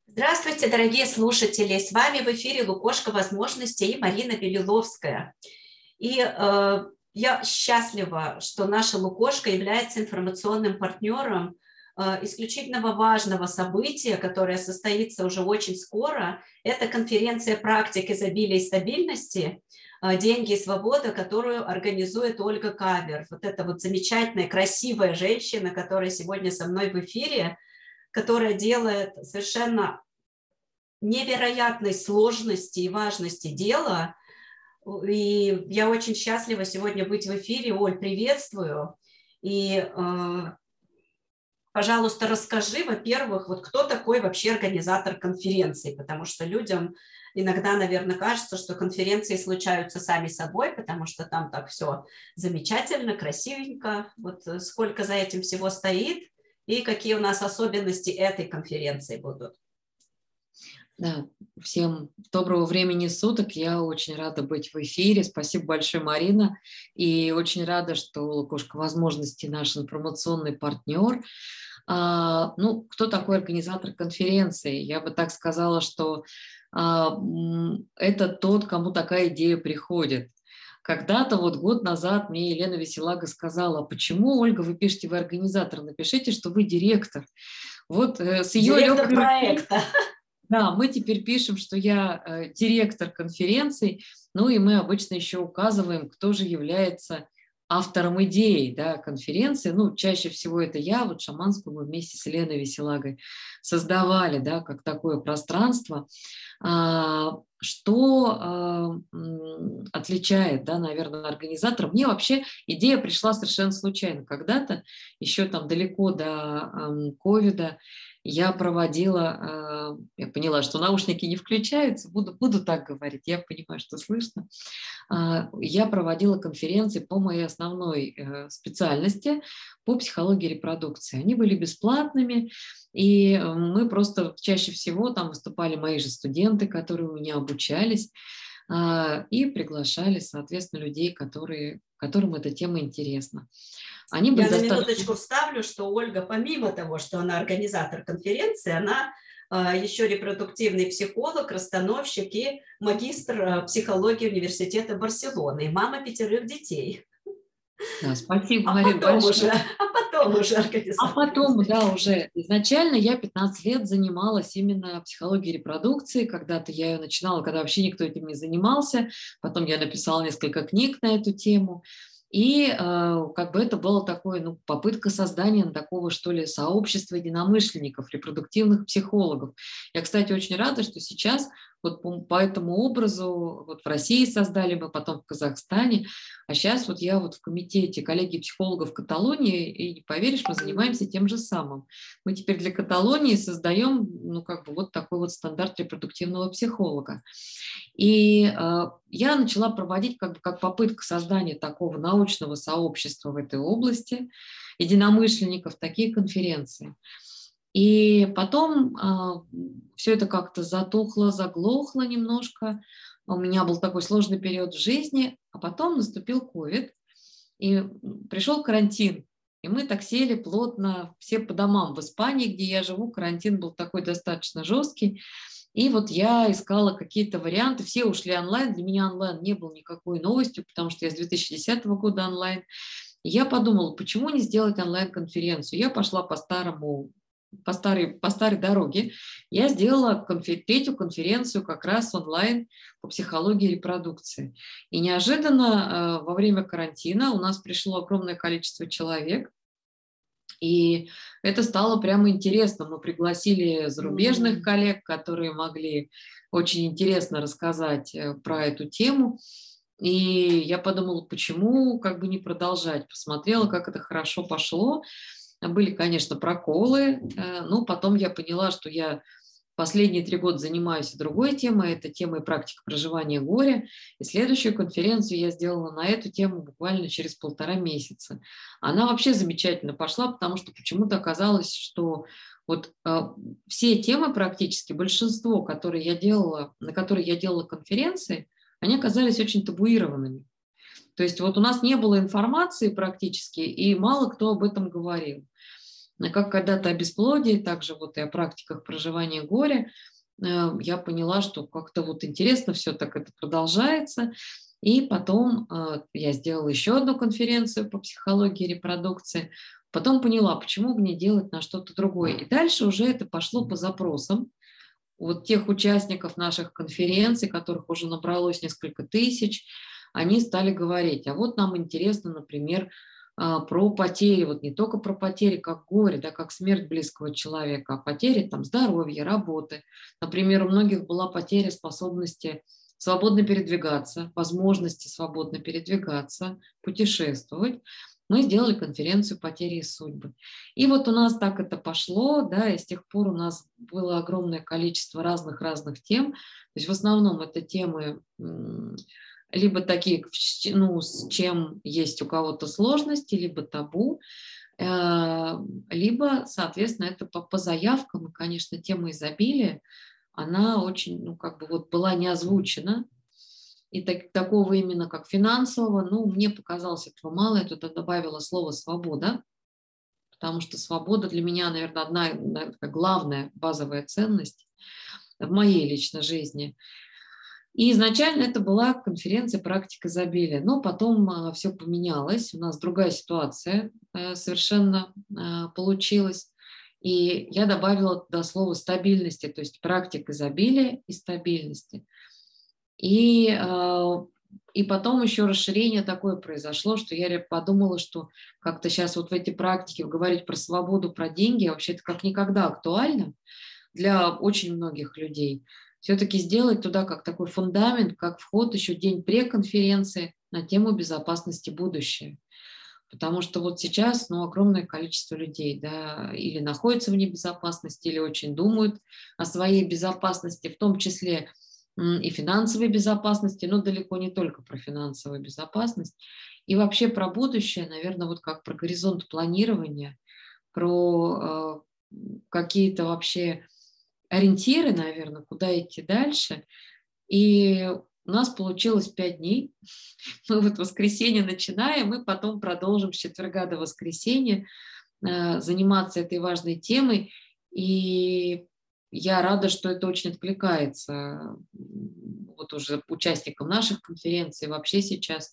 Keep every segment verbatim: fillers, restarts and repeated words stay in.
Здравствуйте, дорогие слушатели! С вами в эфире Лукошко возможностей и Марина Белиловская. И э, я счастлива, что наша Лукошко является информационным партнером э, исключительно важного события, которое состоится уже очень скоро. Это конференция «Практик изобилия и стабильности. Деньги и свобода», которую организует Ольга Кавер. Вот эта вот замечательная, красивая женщина, которая сегодня со мной в эфире, которая делает совершенно невероятной сложности и важности дела. И я очень счастлива сегодня быть в эфире. Оль, приветствую. И, э, пожалуйста, расскажи, во-первых, вот кто такой вообще организатор конференции, потому что людям иногда, наверное, кажется, что конференции случаются сами собой, потому что там так все замечательно, красивенько. Вот сколько за этим всего стоит и какие у нас особенности этой конференции будут. Да, всем доброго времени суток. Я очень рада быть в эфире. Спасибо большое, Марина. И очень рада, что Лукошко возможности наш информационный партнер. А, ну, кто такой организатор конференции? Я бы так сказала, что а, это тот, кому такая идея приходит. Когда-то, вот год назад, мне Елена Веселага сказала: почему, Ольга, вы пишете, вы организатор, напишите, что вы директор. Вот э, с ее Директор легкой проекта. руки... Да, мы теперь пишем, что я э, директор конференций, ну и мы обычно еще указываем, кто же является автором идеи, да, конференции. Ну, чаще всего это я, вот Шаманскую мы вместе с Еленой Веселагой создавали, да, как такое пространство. А, что а, отличает, да, наверное, организатора? Мне вообще идея пришла совершенно случайно. Когда-то, еще там далеко до ковида, я проводила, я поняла, что наушники не включаются, буду, буду так говорить, я понимаю, что слышно. Я проводила конференции по моей основной специальности, по психологии репродукции. Они были бесплатными, и мы просто чаще всего там выступали мои же студенты, которые у меня обучались, и приглашали, соответственно, людей, которые, которым эта тема интересна. Они были Я достаточно... на минуточку вставлю, что Ольга, помимо того, что она организатор конференции, она еще репродуктивный психолог, расстановщик и магистр психологии университета Барселоны, и мама пятерых детей. Да, спасибо, а Марина, потом большое. уже, а потом уже организатор. А потом, да, уже изначально я пятнадцать лет занималась именно психологией репродукции. Когда-то я ее начинала, когда вообще никто этим не занимался. Потом я написала несколько книг на эту тему. И э, как бы это было такое, ну, попытка создания такого, что ли, сообщества единомышленников, репродуктивных психологов. Я, кстати, очень рада, что сейчас вот по, по этому образу вот в России создали мы, потом в Казахстане, а сейчас вот я вот в комитете коллегии психологов Каталонии, и не поверишь, мы занимаемся тем же самым. Мы теперь для Каталонии создаем, ну, как бы вот такой вот стандарт репродуктивного психолога. И э, я начала проводить как бы как попытка создания такого научного сообщества в этой области, единомышленников, такие конференции. И потом э, все это как-то затухло, заглохло немножко. У меня был такой сложный период в жизни, а потом наступил ковид, и пришел карантин. И мы так сели плотно, все по домам. В Испании, где я живу, карантин был такой достаточно жесткий. И вот я искала какие-то варианты, все ушли онлайн, для меня онлайн не был никакой новостью, потому что я с две тысячи десятого года онлайн. И я подумала, почему не сделать онлайн-конференцию? Я пошла по старому, по старой, по старой дороге. Я сделала конфер- третью конференцию как раз онлайн по психологии репродукции. И неожиданно э, во время карантина у нас пришло огромное количество человек. И это стало прямо интересно. Мы пригласили зарубежных mm-hmm. коллег, которые могли очень интересно рассказать про эту тему. И я подумала, почему как бы не продолжать. Посмотрела, как это хорошо пошло. Были, конечно, проколы, но потом я поняла, что я последние три года занимаюсь другой темой, это темой практики проживания горя. И следующую конференцию я сделала на эту тему буквально через полтора месяца. Она вообще замечательно пошла, потому что почему-то оказалось, что вот э, все темы практически, большинство, которые я делала, на которые я делала конференции, они оказались очень табуированными. То есть вот у нас не было информации практически, и мало кто об этом говорил. как когда-то о бесплодии, также вот и о практиках проживания горя, я поняла, что как-то вот интересно все так это продолжается. И потом я сделала еще одну конференцию по психологии репродукции. Потом поняла, почему мне делать на что-то другое. И дальше уже это пошло по запросам. Вот тех участников наших конференций, которых уже набралось несколько тысяч, они стали говорить, а вот нам интересно, например, про потери, вот не только про потери, как горе, да, как смерть близкого человека, а потери там здоровья, работы. Например, у многих была потеря способности свободно передвигаться, возможности свободно передвигаться, путешествовать. Мы сделали конференцию «Потери и судьбы». И вот у нас так это пошло, да, и с тех пор у нас было огромное количество разных-разных тем. То есть в основном это темы либо такие, ну, с чем есть у кого-то сложности, либо табу, либо, соответственно, это по, по заявкам. И, конечно, тема изобилия, она очень, ну, как бы вот была не озвучена. И так, такого именно как финансового, ну, мне показалось этого мало, я туда добавила слово «свобода», потому что свобода для меня, наверное, одна, наверное, главная базовая ценность в моей личной жизни. И изначально это была конференция «Практика изобилия», но потом все поменялось, у нас другая ситуация совершенно получилась, и я добавила туда слово «стабильности», то есть практика изобилия и стабильности. И, и потом еще расширение такое произошло, что я подумала, что как-то сейчас вот в эти практики говорить про свободу, про деньги, вообще это как никогда актуально для очень многих людей. Все-таки сделать туда как такой фундамент, как вход еще день преконференции на тему безопасности будущего. Потому что вот сейчас, ну, огромное количество людей, да, или находятся в небезопасности, или очень думают о своей безопасности, в том числе и финансовой безопасности, но далеко не только про финансовую безопасность. И вообще про будущее, наверное, вот как про горизонт планирования, про э, какие-то вообще ориентиры, наверное, куда идти дальше. И у нас получилось пять дней. Мы вот в воскресенье начинаем, и потом продолжим с четверга до воскресенья э, заниматься этой важной темой. И я рада, что это очень откликается вот уже участникам наших конференций, вообще сейчас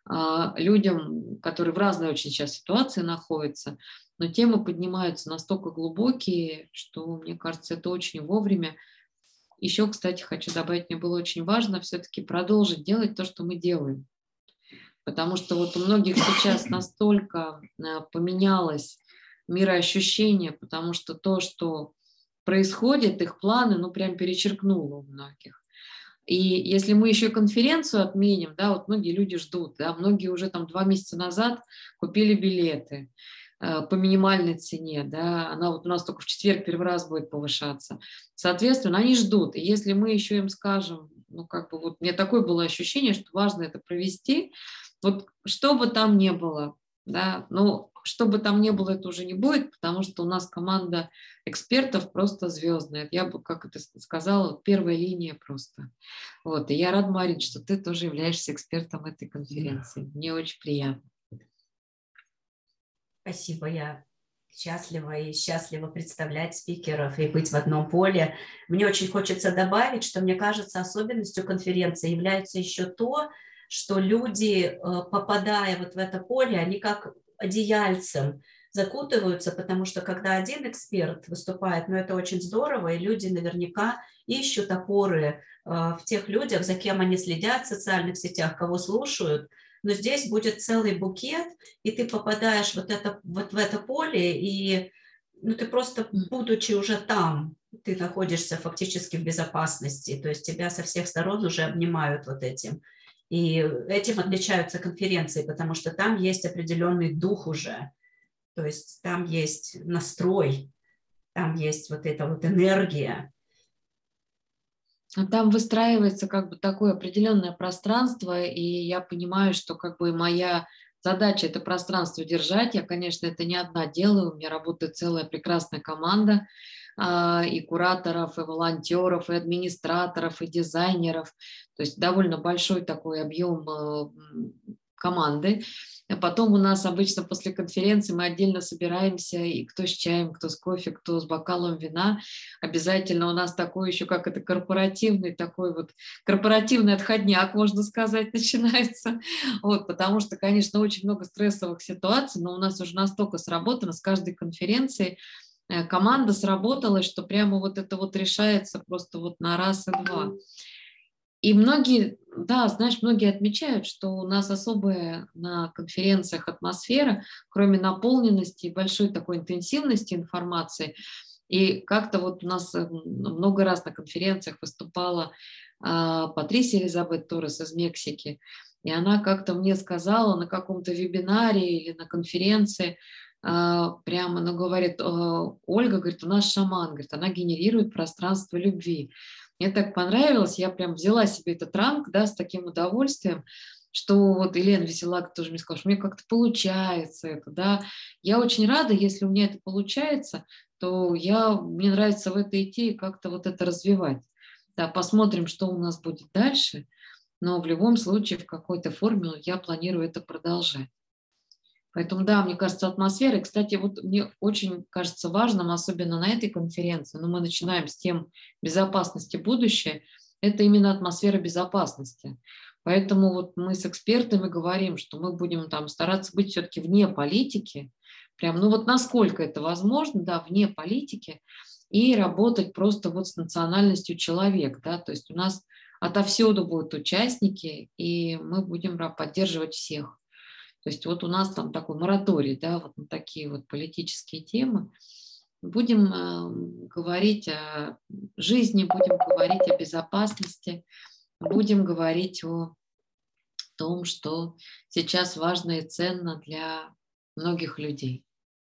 людям, которые в разной очень сейчас ситуации находятся, но темы поднимаются настолько глубокие, что, мне кажется, это очень вовремя. Еще, кстати, хочу добавить, мне было очень важно все-таки продолжить делать то, что мы делаем. Потому что вот у многих сейчас настолько поменялось мироощущение, потому что то, что происходит, их планы, ну, прям перечеркнуло у многих. И если мы еще конференцию отменим, да, вот многие люди ждут, да, многие уже там два месяца назад купили билеты э, по минимальной цене, да, она вот у нас только в четверг первый раз будет повышаться. Соответственно, они ждут. И если мы еще им скажем, ну, как бы вот, у меня такое было ощущение, что важно это провести, вот что бы там ни было, да, но что бы там ни было, это уже не будет, потому что у нас команда экспертов просто звездная. Я бы, как это сказала, первая линия просто. Вот. И я рада, Марин, что ты тоже являешься экспертом этой конференции. Мне очень приятно. Спасибо, я счастлива и счастлива представлять спикеров и быть в одном поле. Мне очень хочется добавить, что, мне кажется, особенностью конференции является еще то, что люди, попадая вот в это поле, они как одеяльцем закутываются, потому что когда один эксперт выступает, ну это очень здорово, и люди наверняка ищут опоры в тех людях, за кем они следят в социальных сетях, кого слушают, но здесь будет целый букет, и ты попадаешь вот, это, вот в это поле, и ну, ты просто, будучи уже там, ты находишься фактически в безопасности, то есть тебя со всех сторон уже обнимают вот этим. И этим отличаются конференции, потому что там есть определенный дух уже, то есть там есть настрой, там есть вот эта вот энергия. Там выстраивается как бы такое определенное пространство, и я понимаю, что как бы моя задача это пространство держать. Я, конечно, это не одна делаю, у меня работает целая прекрасная команда и кураторов, и волонтеров, и администраторов, и дизайнеров. То есть довольно большой такой объем команды. А потом у нас обычно после конференции мы отдельно собираемся, и кто с чаем, кто с кофе, кто с бокалом вина. Обязательно у нас такой еще, как это, корпоративный такой вот, корпоративный отходняк, можно сказать, начинается. Вот, потому что, конечно, очень много стрессовых ситуаций, но у нас уже настолько сработано с каждой конференцией, команда сработалась, что прямо вот это вот решается просто вот на раз и два. И многие, да, знаешь, многие отмечают, что у нас особая на конференциях атмосфера, кроме наполненности и большой такой интенсивности информации. И как-то вот у нас много раз на конференциях выступала а, Патрисия Элизабет Торрес из Мексики, и она как-то мне сказала на каком-то вебинаре или на конференции, а, прямо, ну, говорит, Ольга, говорит, у нас шаман, говорит, она генерирует пространство любви. Мне так понравилось, я прям взяла себе этот ранг, да, с таким удовольствием, что вот Елена Веселак тоже мне сказала, что мне как-то получается это, да. Я очень рада, если у меня это получается, то я, мне нравится в это идти и как-то вот это развивать. Да, посмотрим, что у нас будет дальше, но в любом случае в какой-то форме я планирую это продолжать. Поэтому, да, мне кажется, атмосфера. И, кстати, вот мне очень кажется важным, особенно на этой конференции, но мы начинаем с тем безопасности будущее, это именно атмосфера безопасности. Поэтому вот мы с экспертами говорим, что мы будем там стараться быть все-таки вне политики, прям, ну вот насколько это возможно, да, вне политики, и работать просто вот с национальностью человека, да, то есть у нас отовсюду будут участники, и мы будем поддерживать всех. То есть вот у нас там такой мораторий, да, вот на такие вот политические темы. Будем э, говорить о жизни, будем говорить о безопасности, будем говорить о том, что сейчас важно и ценно для многих людей.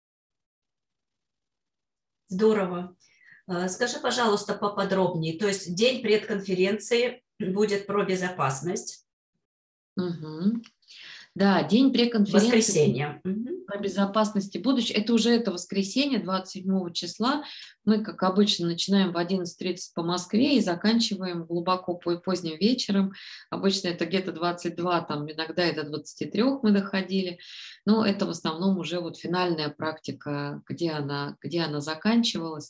Здорово. Скажи, пожалуйста, поподробнее. То есть день предконференции будет про безопасность. Угу. Да, день преконференции. Воскресенье. Про безопасность будущего. Это уже это воскресенье, двадцать седьмого числа. Мы, как обычно, начинаем в одиннадцать тридцать по Москве и заканчиваем глубоко поздним вечером. Обычно это где-то двадцать два, там иногда это двадцать три мы доходили. Но это в основном уже вот финальная практика, где она, где она заканчивалась.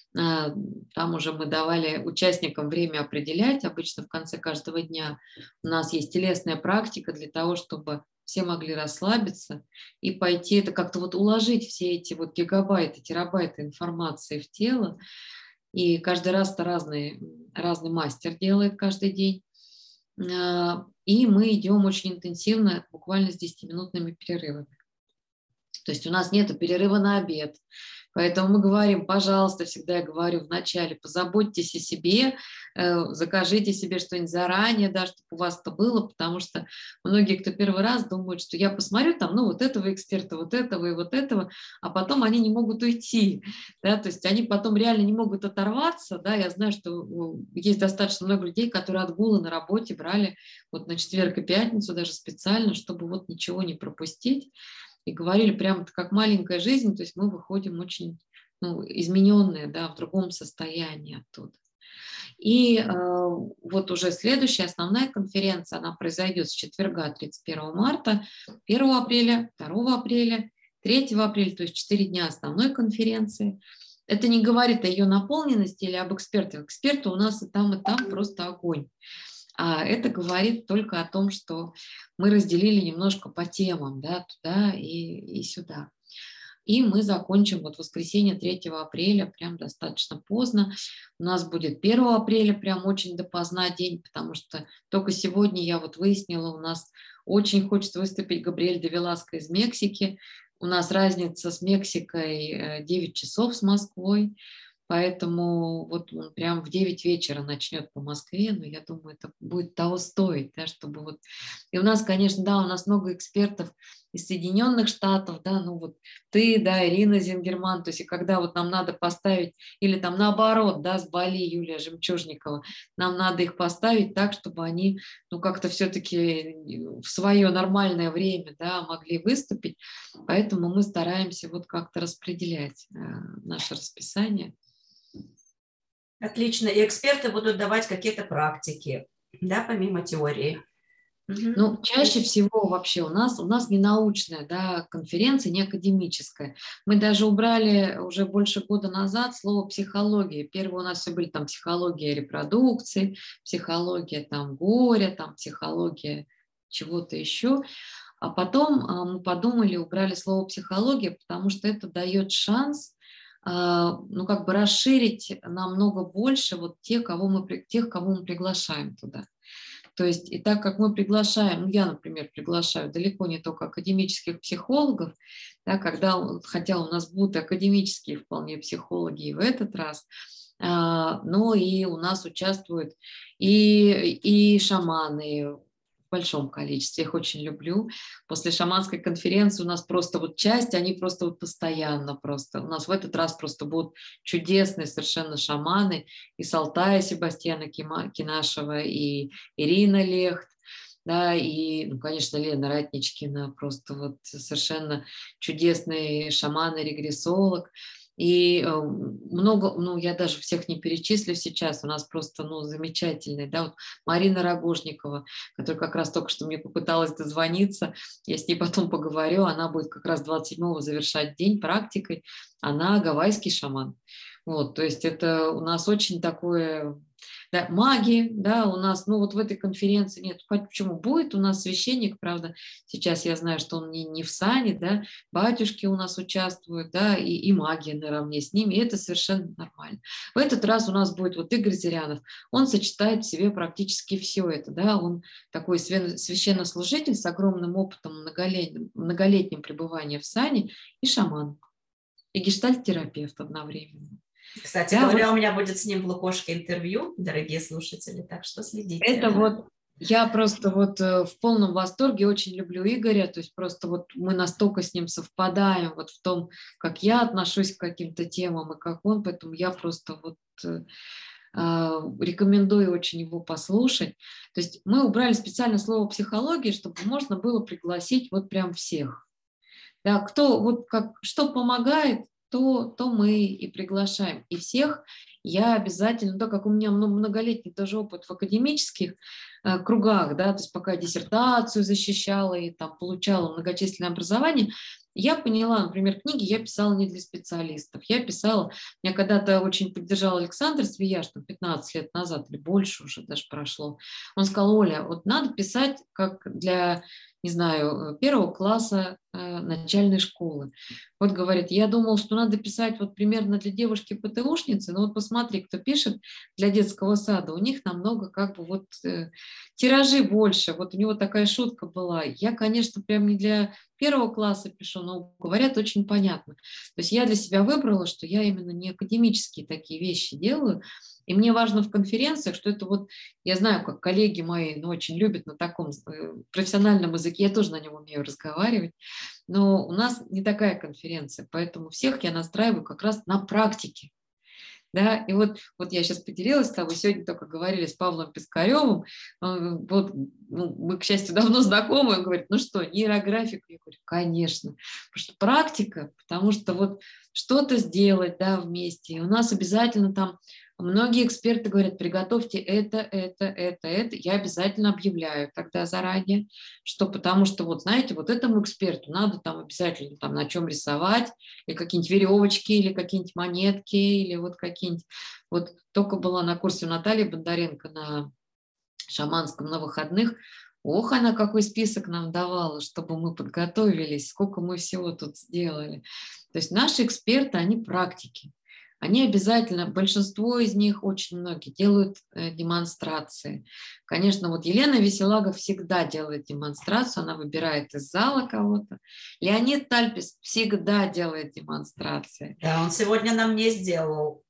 Там уже мы давали участникам время определять. Обычно в конце каждого дня у нас есть телесная практика для того, чтобы все могли расслабиться и пойти, это как-то вот уложить все эти вот гигабайты, терабайты информации в тело. И каждый раз это разный, разный мастер делает каждый день. И мы идем очень интенсивно, буквально с десятиминутными перерывами. То есть у нас нет перерыва на обед. Поэтому мы говорим, пожалуйста, всегда я говорю вначале, позаботьтесь о себе, э, закажите себе что-нибудь заранее, да, чтобы у вас это было, потому что многие, кто первый раз, думают, что я посмотрю там, ну, вот этого эксперта, вот этого и вот этого, а потом они не могут уйти, да, то есть они потом реально не могут оторваться, да, я знаю, что есть достаточно много людей, которые отгулы на работе брали вот на четверг и пятницу даже специально, чтобы вот ничего не пропустить. И говорили прямо как маленькая жизнь, то есть мы выходим очень, ну, измененные, да, в другом состоянии оттуда. И э, вот уже следующая основная конференция, она произойдет с четверга тридцать первого марта, первого апреля, второго апреля, третьего апреля, то есть четыре дня основной конференции. Это не говорит о ее наполненности или об экспертах. Эксперты у нас и там, и там просто огонь. А это говорит только о том, что мы разделили немножко по темам, да, туда и, и сюда. И мы закончим вот воскресенье третьего апреля прям достаточно поздно. У нас будет первого апреля прям очень допоздна день, потому что только сегодня я вот выяснила, у нас очень хочет выступить Габриэль де Веласко из Мексики. У нас разница с Мексикой девять часов с Москвой. Поэтому вот он прям в девять вечера начнет по Москве, но я думаю, это будет того стоить, да, чтобы вот... И у нас, конечно, да, у нас много экспертов из Соединенных Штатов, да, ну вот ты, да, Ирина Зингерман, то есть и когда вот нам надо поставить, или там наоборот, да, с Бали Юлия Жемчужникова, нам надо их поставить так, чтобы они, ну, как-то все-таки в свое нормальное время, да, могли выступить, поэтому мы стараемся вот как-то распределять э, наше расписание. Отлично. И эксперты будут давать какие-то практики, да, помимо теории. Ну, чаще всего вообще у нас, у нас не научная, да, конференция, не академическая. Мы даже убрали уже больше года назад слово «психология». Первые у нас все были там психология репродукции, психология там горя, там психология чего-то еще. А потом а, мы подумали, убрали слово «психология», потому что это дает шанс, а, ну, как бы расширить намного больше вот тех, кого мы, при- тех, кого мы приглашаем туда. То есть, и так как мы приглашаем, ну, я, например, приглашаю далеко не только академических психологов, да, когда, хотя у нас будут академические вполне психологи и в этот раз, а, но и у нас участвуют и, и шаманы в большом количестве, я их очень люблю. После шаманской конференции у нас просто вот часть, они просто вот постоянно просто, у нас в этот раз просто будут чудесные совершенно шаманы, и с Алтая Себастьяна Кинашева, и Ирина Лехт, да, и, ну, конечно, Лена Ратничкина, просто вот совершенно чудесный шаман и регрессолог. И э, много, ну, я даже всех не перечислю сейчас, у нас просто, ну, замечательные, да, вот Марина Рогожникова, которая как раз только что мне попыталась дозвониться, я с ней потом поговорю, она будет как раз двадцать седьмого завершать день практикой, она гавайский шаман. Вот, то есть это у нас очень такое, да, маги, да, у нас, ну вот в этой конференции нет, почему будет у нас священник, правда, сейчас я знаю, что он не, не в сане, да, батюшки у нас участвуют, да, и, и маги наравне с ними, и это совершенно нормально. В этот раз у нас будет вот Игорь Зырянов, он сочетает в себе практически все это, да, он такой священнослужитель с огромным опытом многолетним, многолетним пребывания в сане и шаман, и гештальт-терапевт одновременно. Кстати да, говоря, вот у меня будет с ним в Лукошке интервью, дорогие слушатели, так что следите. это вот я просто вот в полном восторге, очень люблю Игоря, то есть просто вот мы настолько с ним совпадаем вот в том, как я отношусь к каким-то темам и как он, поэтому я просто вот э, рекомендую очень его послушать. То есть мы убрали специально слово «психология», чтобы можно было пригласить вот прям всех. Да, кто вот как, что помогает, то, то мы и приглашаем. И всех я обязательно, так как у меня многолетний тоже опыт в академических э, кругах, да, то есть пока диссертацию защищала и там получала многочисленное образование, я поняла, например, книги я писала не для специалистов. Я писала, меня когда-то очень поддержал Александр Свияж, там пятнадцать лет назад или больше уже даже прошло. Он сказал: Оля, вот надо писать как для, не знаю, первого класса э, начальной школы. Вот говорит, я думал, что надо писать вот примерно для девушки-ПТУшницы, но вот посмотри, кто пишет для детского сада, у них намного как бы вот э, тиражи больше. Вот у него такая шутка была. Я, конечно, прям не для первого класса пишу, но говорят очень понятно. То есть я для себя выбрала, что я именно не академические такие вещи делаю, и мне важно в конференциях, что это вот, я знаю, как коллеги мои, ну, очень любят на таком профессиональном языке, я тоже на нем умею разговаривать, но у нас не такая конференция, поэтому всех я настраиваю как раз на практике. Да, и вот, вот я сейчас поделилась с тобой, сегодня только говорили с Павлом Пискаревым, он, вот, ну, мы, к счастью, давно знакомы, он говорит, ну что, нейрографика? Я говорю, конечно, потому что практика, потому что вот что-то сделать, да, вместе, и у нас обязательно там, многие эксперты говорят, приготовьте это, это, это, это, я обязательно объявляю тогда заранее, что потому что, вот знаете, вот этому эксперту надо там обязательно там на чем рисовать, или какие-нибудь веревочки, или какие-нибудь монетки, или вот какие-нибудь. Вот только была на курсе у Натальи Бондаренко на шаманском на выходных. Ох, она какой список нам давала, чтобы мы подготовились, сколько мы всего тут сделали. То есть наши эксперты, они практики. Они обязательно, большинство из них, очень многие, делают э, демонстрации. Конечно, вот Елена Веселагов всегда делает демонстрацию, она выбирает из зала кого-то. Леонид Тальпис всегда делает демонстрации. Да, он сегодня нам не сделал.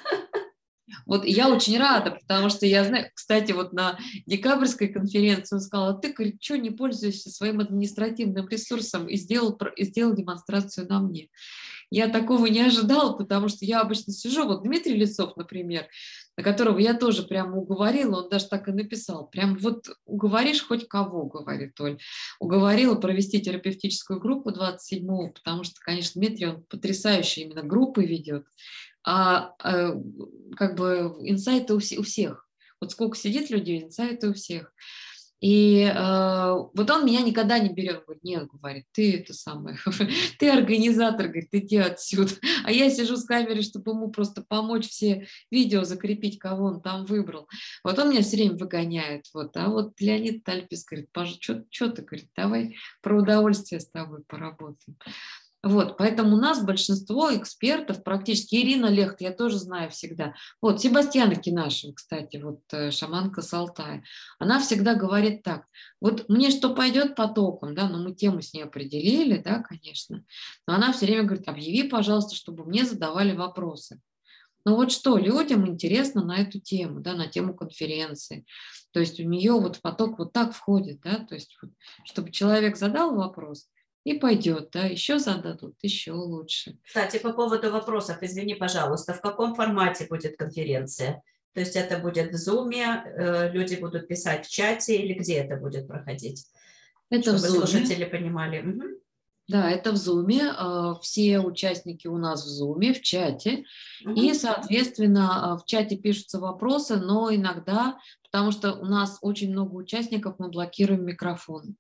Вот я очень рада, потому что я знаю, кстати, вот на декабрьской конференции он сказал, а ты, говорит, что не пользуешься своим административным ресурсом и сделал, и сделал демонстрацию на мне. Я такого не ожидала, потому что я обычно сижу, вот Дмитрий Лицов, например, на которого я тоже прямо уговорила, он даже так и написал, прям вот уговоришь хоть кого, говорит Оль, уговорила провести терапевтическую группу двадцать седьмого, потому что, конечно, Дмитрий, он потрясающе именно группы ведет, а, а как бы инсайты у, у всех, вот сколько сидит людей, инсайты у всех. И э, вот он меня никогда не берет, говорит, нет, говорит, ты это самое, ты организатор, говорит, иди отсюда. А я сижу с камерой, чтобы ему просто помочь все видео закрепить, кого он там выбрал. Вот он меня все время выгоняет. Вот. А вот Леонид Тальпис говорит, что ты, говорит, давай про удовольствие с тобой поработаем. Вот, поэтому у нас большинство экспертов, практически Ирина Лехт, я тоже знаю всегда. Вот, Себастьяна Кинашева, кстати, вот э, шаманка с Алтая, она всегда говорит так, вот мне что пойдет потоком, да, но мы тему с ней определили, да, конечно, но она все время говорит, объяви, пожалуйста, чтобы мне задавали вопросы. Ну вот что, людям интересно на эту тему, да, на тему конференции. То есть у нее вот поток вот так входит, да, то есть вот, чтобы человек задал вопрос, и пойдет, да, еще зададут, еще лучше. Кстати, по поводу вопросов, извини, пожалуйста, в каком формате будет конференция? То есть это будет в Zoom, люди будут писать в чате или где это будет проходить? Это чтобы в Zoom. Слушатели понимали. Угу. Да, это в Zoom. Все участники у нас в Zoom, в чате. Угу. И, соответственно, в чате пишутся вопросы, но иногда, потому что у нас очень много участников, мы блокируем микрофон.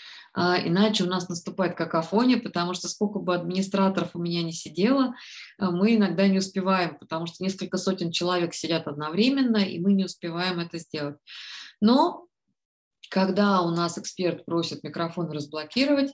Иначе у нас наступает какофония, потому что сколько бы администраторов у меня не сидело, мы иногда не успеваем, потому что несколько сотен человек сидят одновременно, и мы не успеваем это сделать. Но когда у нас эксперт просит микрофон разблокировать,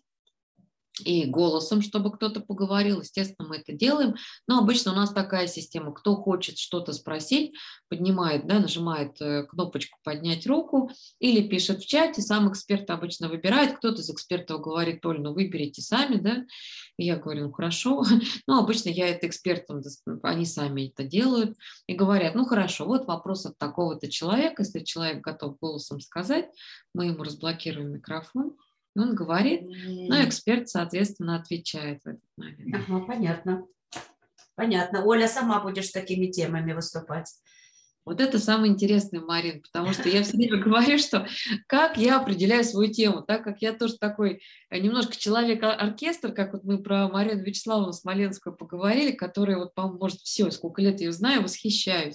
и голосом, чтобы кто-то поговорил, естественно, мы это делаем, но обычно у нас такая система, кто хочет что-то спросить, поднимает, да, нажимает кнопочку «Поднять руку» или пишет в чате, сам эксперт обычно выбирает, кто-то из экспертов говорит, Оль, ну выберите сами, да, и я говорю, ну хорошо, но обычно я это экспертам, они сами это делают и говорят, ну хорошо, вот вопрос от такого-то человека, если человек готов голосом сказать, мы ему разблокируем микрофон, он говорит, но эксперт, соответственно, отвечает в этот момент. Ага, понятно. Понятно. Оля, сама будешь с такими темами выступать. Вот это самое интересное, Марин, потому что я все время говорю, что как я определяю свою тему, так как я тоже такой немножко человек-оркестр, как вот мы про Марину Вячеславовну Смоленскую поговорили, которая вот, по-моему, может, все, сколько лет ее знаю, восхищаюсь.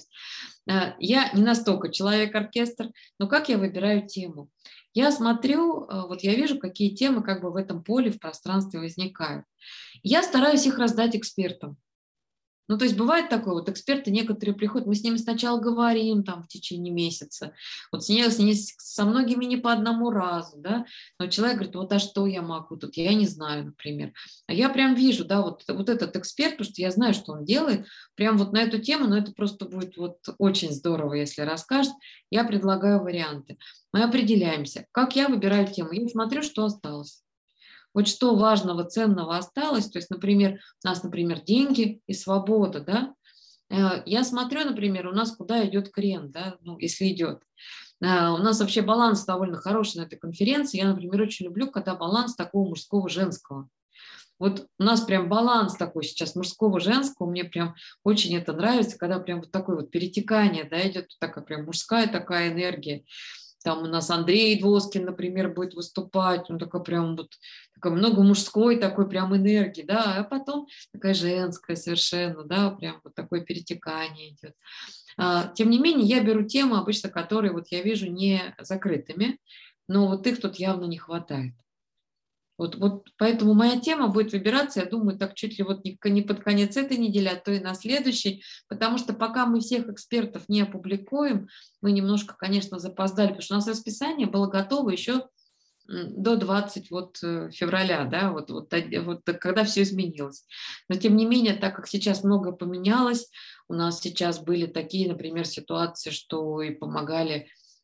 Я не настолько человек-оркестр, но как я выбираю тему? Я смотрю, вот я вижу, какие темы как бы в этом поле, в пространстве возникают. Я стараюсь их раздать экспертам. Ну, то есть бывает такое, вот эксперты некоторые приходят, мы с ними сначала говорим там в течение месяца, вот с ней, с ней, со многими не по одному разу, да, но человек говорит, вот а что я могу тут, я не знаю, например. А я прям вижу, да, вот, вот этот эксперт, потому что я знаю, что он делает, прям вот на эту тему, но это просто будет вот очень здорово, если расскажет, я предлагаю варианты. Мы определяемся, как я выбираю тему, я смотрю, что осталось. Вот что важного, ценного осталось, то есть, например, у нас, например, деньги и свобода, да, я смотрю, например, у нас куда идет крен, да, ну, если идет. У нас вообще баланс довольно хороший на этой конференции, я, например, очень люблю, когда баланс такого мужского-женского. Вот у нас прям баланс такой сейчас мужского-женского, мне прям очень это нравится, когда прям вот такое вот перетекание, да, идет такая прям мужская такая энергия. Там у нас Андрей Двоскин, например, будет выступать, он такой прям вот, такой много мужской такой прям энергии, да, а потом такая женская совершенно, да, прям вот такое перетекание идет. Тем не менее, я беру темы обычно, которые вот я вижу не закрытыми, но вот их тут явно не хватает. Вот, вот поэтому моя тема будет выбираться, я думаю, так чуть ли вот не, не под конец этой недели, а то и на следующей, потому что пока мы всех экспертов не опубликуем, мы немножко, конечно, запоздали, потому что у нас расписание было готово еще до двадцатого февраля, да, вот, вот, вот когда все изменилось. Но тем не менее, так как сейчас много поменялось, у нас сейчас были такие, например, ситуации, что и помогали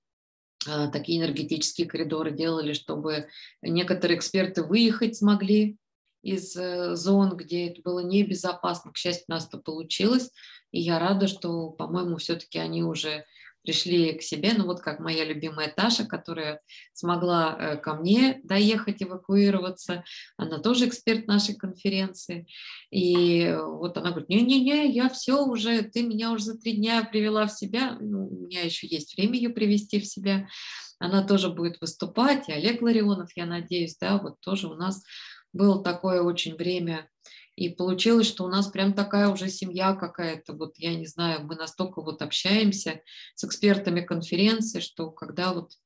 такие энергетические коридоры делали, чтобы некоторые эксперты выехать смогли из зон, где это было небезопасно. К счастью, у нас это получилось, и я рада, что, по-моему, все-таки они уже пришли к себе, ну вот как моя любимая Таша, которая смогла ко мне доехать, эвакуироваться, она тоже эксперт нашей конференции, и вот она говорит, не-не-не, я все уже, ты меня уже за три дня привела в себя, ну, у меня еще есть время ее привести в себя, она тоже будет выступать, и Олег Ларионов, я надеюсь, да, вот тоже у нас было такое очень время. И получилось, что у нас прям такая уже семья какая-то, вот я не знаю, мы настолько вот общаемся с экспертами конференции, что когда вот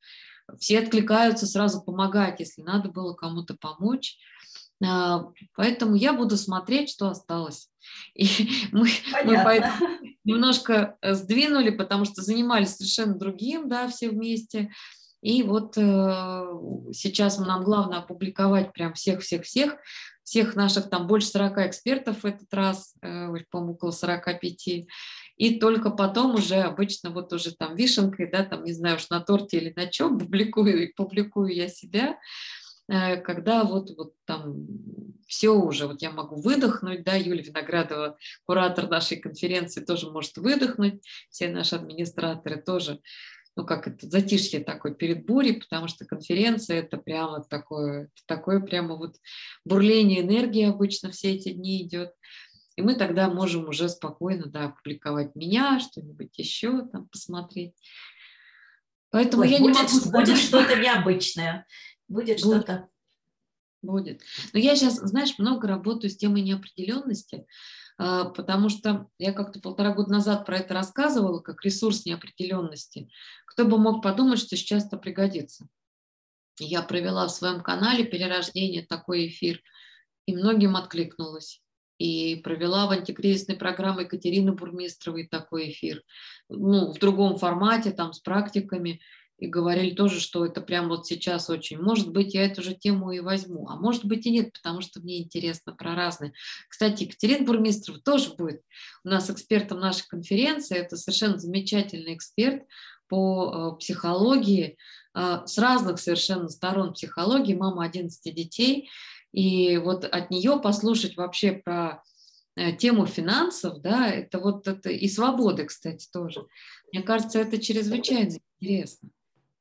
все откликаются сразу помогать, если надо было кому-то помочь. Поэтому я буду смотреть, что осталось. И мы, мы поэтому немножко сдвинули, потому что занимались совершенно другим, да, все вместе. И вот э, сейчас нам главное опубликовать прям всех-всех-всех, всех наших, там больше сорока экспертов в этот раз, э, по-моему, около сорока пяти. И только потом уже обычно вот уже там вишенкой, да, там не знаю уж на торте или на чем, публикую, публикую я себя, э, когда вот, вот там все уже, вот я могу выдохнуть, да, Юлия Виноградова, куратор нашей конференции, тоже может выдохнуть, все наши администраторы тоже, ну, как это, затишье такое перед бурей, потому что конференция – это прямо такое, такое прямо вот бурление энергии обычно все эти дни идет. И мы тогда можем уже спокойно, да, опубликовать меня, что-нибудь еще там посмотреть. Поэтому Ой, я будет, не могу сказать, будет что-то необычное, будет, будет что-то. Будет. Но я сейчас, знаешь, много работаю с темой неопределенности, потому что я как-то полтора года назад про это рассказывала, как ресурс неопределенности. Кто бы мог подумать, что сейчас это пригодится. Я провела в своем канале «Перерождение» такой эфир, и многим откликнулось. И провела в антикризисной программе Екатерины Бурмистровой такой эфир, ну, в другом формате, там, с практиками. И говорили тоже, что это прямо вот сейчас очень. Может быть, я эту же тему и возьму, а может быть и нет, потому что мне интересно про разные. Кстати, Екатерина Бурмистрова тоже будет у нас экспертом нашей конференции. Это совершенно замечательный эксперт по э, психологии, э, с разных совершенно сторон психологии, мама одиннадцати детей. И вот от нее послушать вообще про э, тему финансов, да, это вот это и свободы, кстати, тоже. Мне кажется, это чрезвычайно интересно.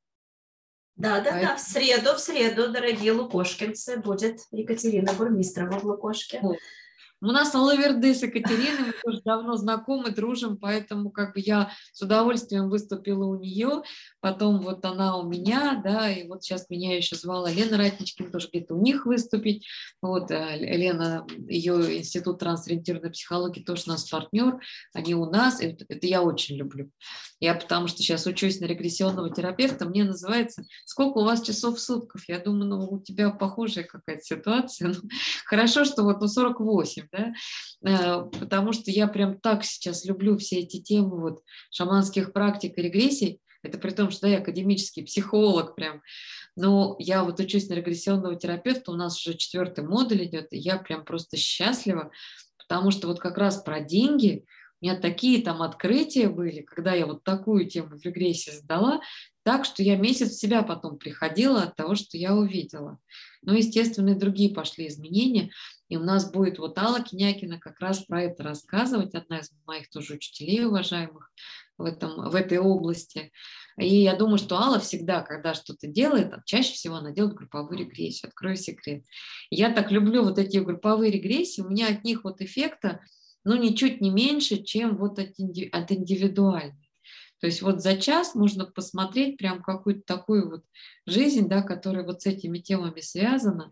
Да, да, да, в среду, в среду, дорогие лукошкинцы, будет Екатерина Бурмистрова в Лукошке. У нас Алаверды с Екатериной, мы тоже давно знакомы, дружим, поэтому как бы я с удовольствием выступила у нее, потом вот она у меня, да, и вот сейчас меня еще звала Лена Ратничкина тоже где-то у них выступить. Вот Лена, ее институт трансориентированной психологии тоже у нас партнер, они у нас, и это я очень люблю. Я потому что сейчас учусь на регрессионного терапевта, мне называется «Сколько у вас часов в сутках?» Я думаю, ну у тебя похожая какая-то ситуация. Ну, хорошо, что вот ну, сорок восемь, да, потому что я прям так сейчас люблю все эти темы вот шаманских практик и регрессий. Это при том, что да, я академический психолог прям, но я вот учусь на регрессионного терапевта, у нас уже четвертый модуль идет, и я прям просто счастлива, потому что вот как раз про деньги у меня такие там открытия были, когда я вот такую тему в регрессии сдала, так что я месяц в себя потом приходила от того, что я увидела. Ну, естественно, и другие пошли изменения. И у нас будет вот Алла Кинякина как раз про это рассказывать, одна из моих тоже учителей уважаемых в, этом, в этой области. И я думаю, что Алла всегда, когда что-то делает, чаще всего она делает групповую регрессию. Открою секрет. Я так люблю вот эти групповые регрессии, у меня от них вот эффекта, ну, ничуть не меньше, чем вот от, инди, от индивидуальной. То есть вот за час можно посмотреть прям какую-то такую вот жизнь, да, которая вот с этими темами связана.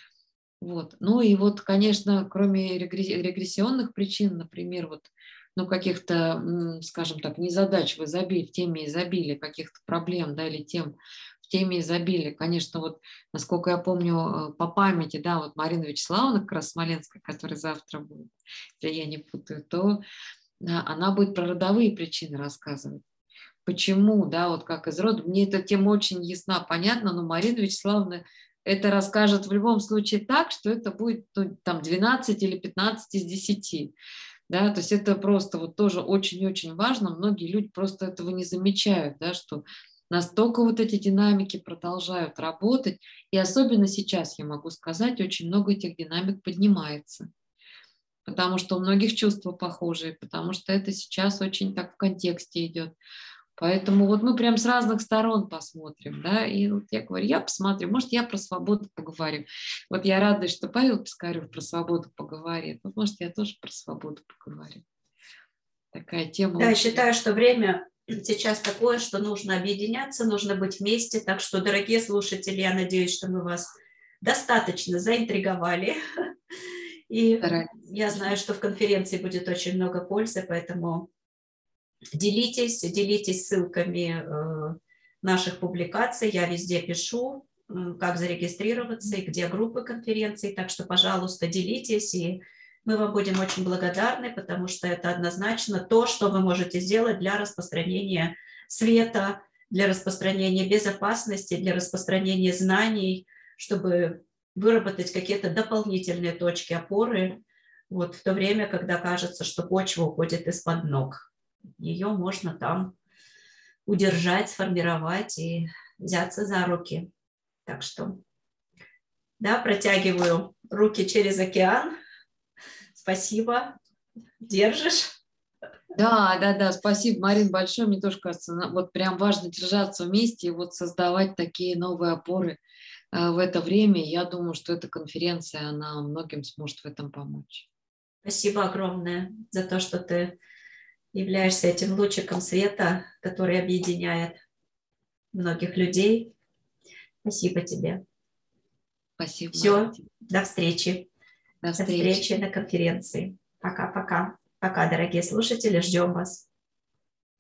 Вот. Ну и вот, конечно, кроме регрессионных причин, например, вот, ну, каких-то, скажем так, незадач в изобилии, в теме изобилия, каких-то проблем, да, или тем в теме изобилия, конечно, вот, насколько я помню по памяти, да, вот Марина Вячеславовна, как раз Смоленская, которая завтра будет, если я не путаю, то она будет про родовые причины рассказывать. Почему, да, вот как из рода. Мне эта тема очень ясна, понятна, но Марина Вячеславовна это расскажет в любом случае так, что это будет ну, там двенадцать или пятнадцать из десяти. Да, то есть это просто вот тоже очень-очень важно. Многие люди просто этого не замечают, да, что настолько вот эти динамики продолжают работать. И особенно сейчас, я могу сказать, очень много этих динамик поднимается. Потому что у многих чувства похожие, потому что это сейчас очень так в контексте идет. Поэтому вот мы прям с разных сторон посмотрим, да, и вот я говорю, я посмотрю, может, я про свободу поговорю. Вот я рада, что Павел Пискарев про свободу поговорит, вот, может, я тоже про свободу поговорю. Такая тема. Да, очень... я считаю, что время сейчас такое, что нужно объединяться, нужно быть вместе, так что, дорогие слушатели, я надеюсь, что мы вас достаточно заинтриговали, и я знаю, что в конференции будет очень много пользы, поэтому... Делитесь, делитесь ссылками наших публикаций. Я везде пишу, как зарегистрироваться и где группы конференций. Так что, пожалуйста, делитесь, и мы вам будем очень благодарны, потому что это однозначно то, что вы можете сделать для распространения света, для распространения безопасности, для распространения знаний, чтобы выработать какие-то дополнительные точки опоры, вот в то время, когда кажется, что почва уходит из-под ног. Ее можно там удержать, сформировать и взяться за руки. Так что, да, протягиваю руки через океан. Спасибо. Держишь? Да, да, да, спасибо, Марин, большое. Мне тоже кажется, вот прям важно держаться вместе и вот создавать такие новые опоры в это время. Я думаю, что эта конференция, она многим сможет в этом помочь. Спасибо огромное за то, что ты являешься этим лучиком света, который объединяет многих людей. Спасибо тебе. Спасибо. Все, до встречи. До До встречи. встречи на конференции. Пока-пока. Пока, дорогие слушатели, ждем вас.